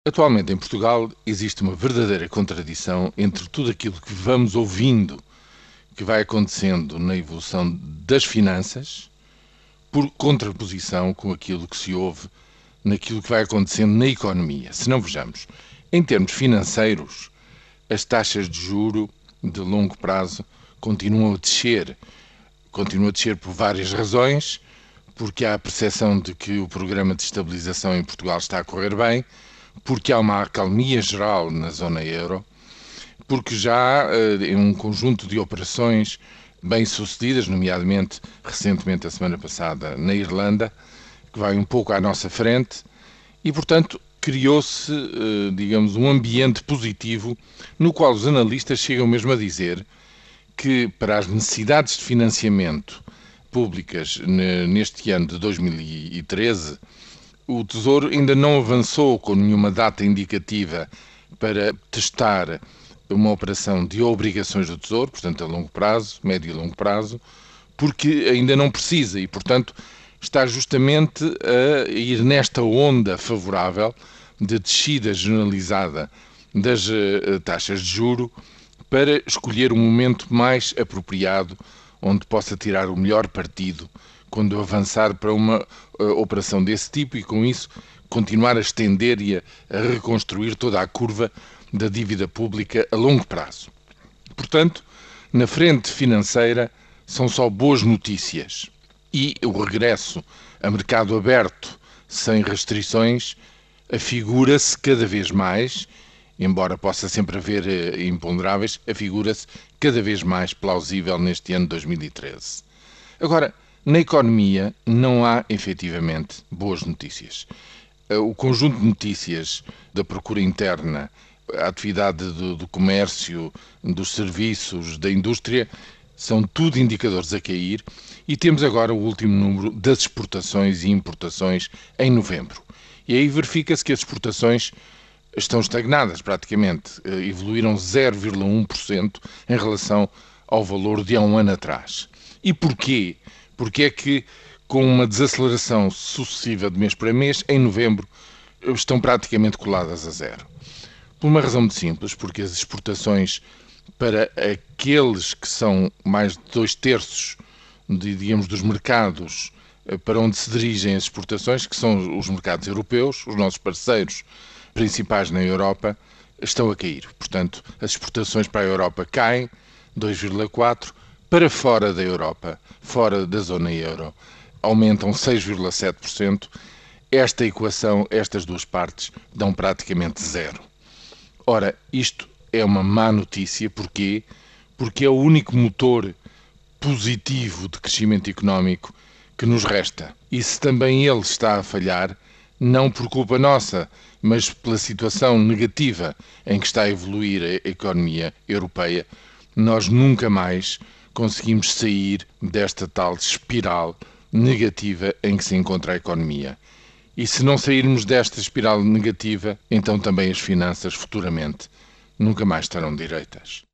Atualmente em Portugal existe uma verdadeira contradição entre tudo aquilo que vamos ouvindo que vai acontecendo na evolução das finanças, por contraposição com aquilo que se ouve naquilo que vai acontecendo na economia. Se não vejamos, em termos financeiros, as taxas de juro de longo prazo continuam a descer. Continuam a descer por várias razões, porque há a percepção de que o programa de estabilização em Portugal está a correr bem, porque há uma acalmia geral na zona euro, porque já há um conjunto de operações bem-sucedidas, nomeadamente recentemente, a semana passada, na Irlanda, que vai um pouco à nossa frente, e, portanto, criou-se, digamos, um ambiente positivo no qual os analistas chegam mesmo a dizer que, para as necessidades de financiamento públicas neste ano de 2013, o Tesouro ainda não avançou com nenhuma data indicativa para testar uma operação de obrigações do Tesouro, portanto a longo prazo, médio e longo prazo, porque ainda não precisa e, portanto, está justamente a ir nesta onda favorável de descida generalizada das taxas de juro para escolher um momento mais apropriado onde possa tirar o melhor partido quando avançar para uma operação desse tipo e, com isso, continuar a estender e a reconstruir toda a curva da dívida pública a longo prazo. Portanto, na frente financeira são só boas notícias e o regresso a mercado aberto sem restrições afigura-se cada vez mais, embora possa sempre haver imponderáveis, afigura-se cada vez mais plausível neste ano de 2013. Agora, na economia não há efetivamente boas notícias. O conjunto de notícias da procura interna, a atividade do comércio, dos serviços, da indústria, são tudo indicadores a cair e temos agora o último número das exportações e importações em novembro. E aí verifica-se que as exportações estão estagnadas praticamente, evoluíram 0,1% em relação ao valor de há um ano atrás. E porquê? Porque é que, com uma desaceleração sucessiva de mês para mês, em novembro estão praticamente coladas a zero. Por uma razão muito simples, porque as exportações para aqueles que são mais de 2/3, digamos, dos mercados para onde se dirigem as exportações, que são os mercados europeus, os nossos parceiros principais na Europa, estão a cair. Portanto, as exportações para a Europa caem 2,4%, para fora da Europa, fora da zona euro, aumentam 6,7%. Esta equação, estas duas partes, dão praticamente zero. Ora, isto é uma má notícia. Porquê? Porque é o único motor positivo de crescimento económico que nos resta. E se também ele está a falhar, não por culpa nossa, mas pela situação negativa em que está a evoluir a economia europeia, nós nunca mais conseguimos sair desta tal espiral negativa em que se encontra a economia. E se não sairmos desta espiral negativa, então também as finanças futuramente nunca mais estarão direitas.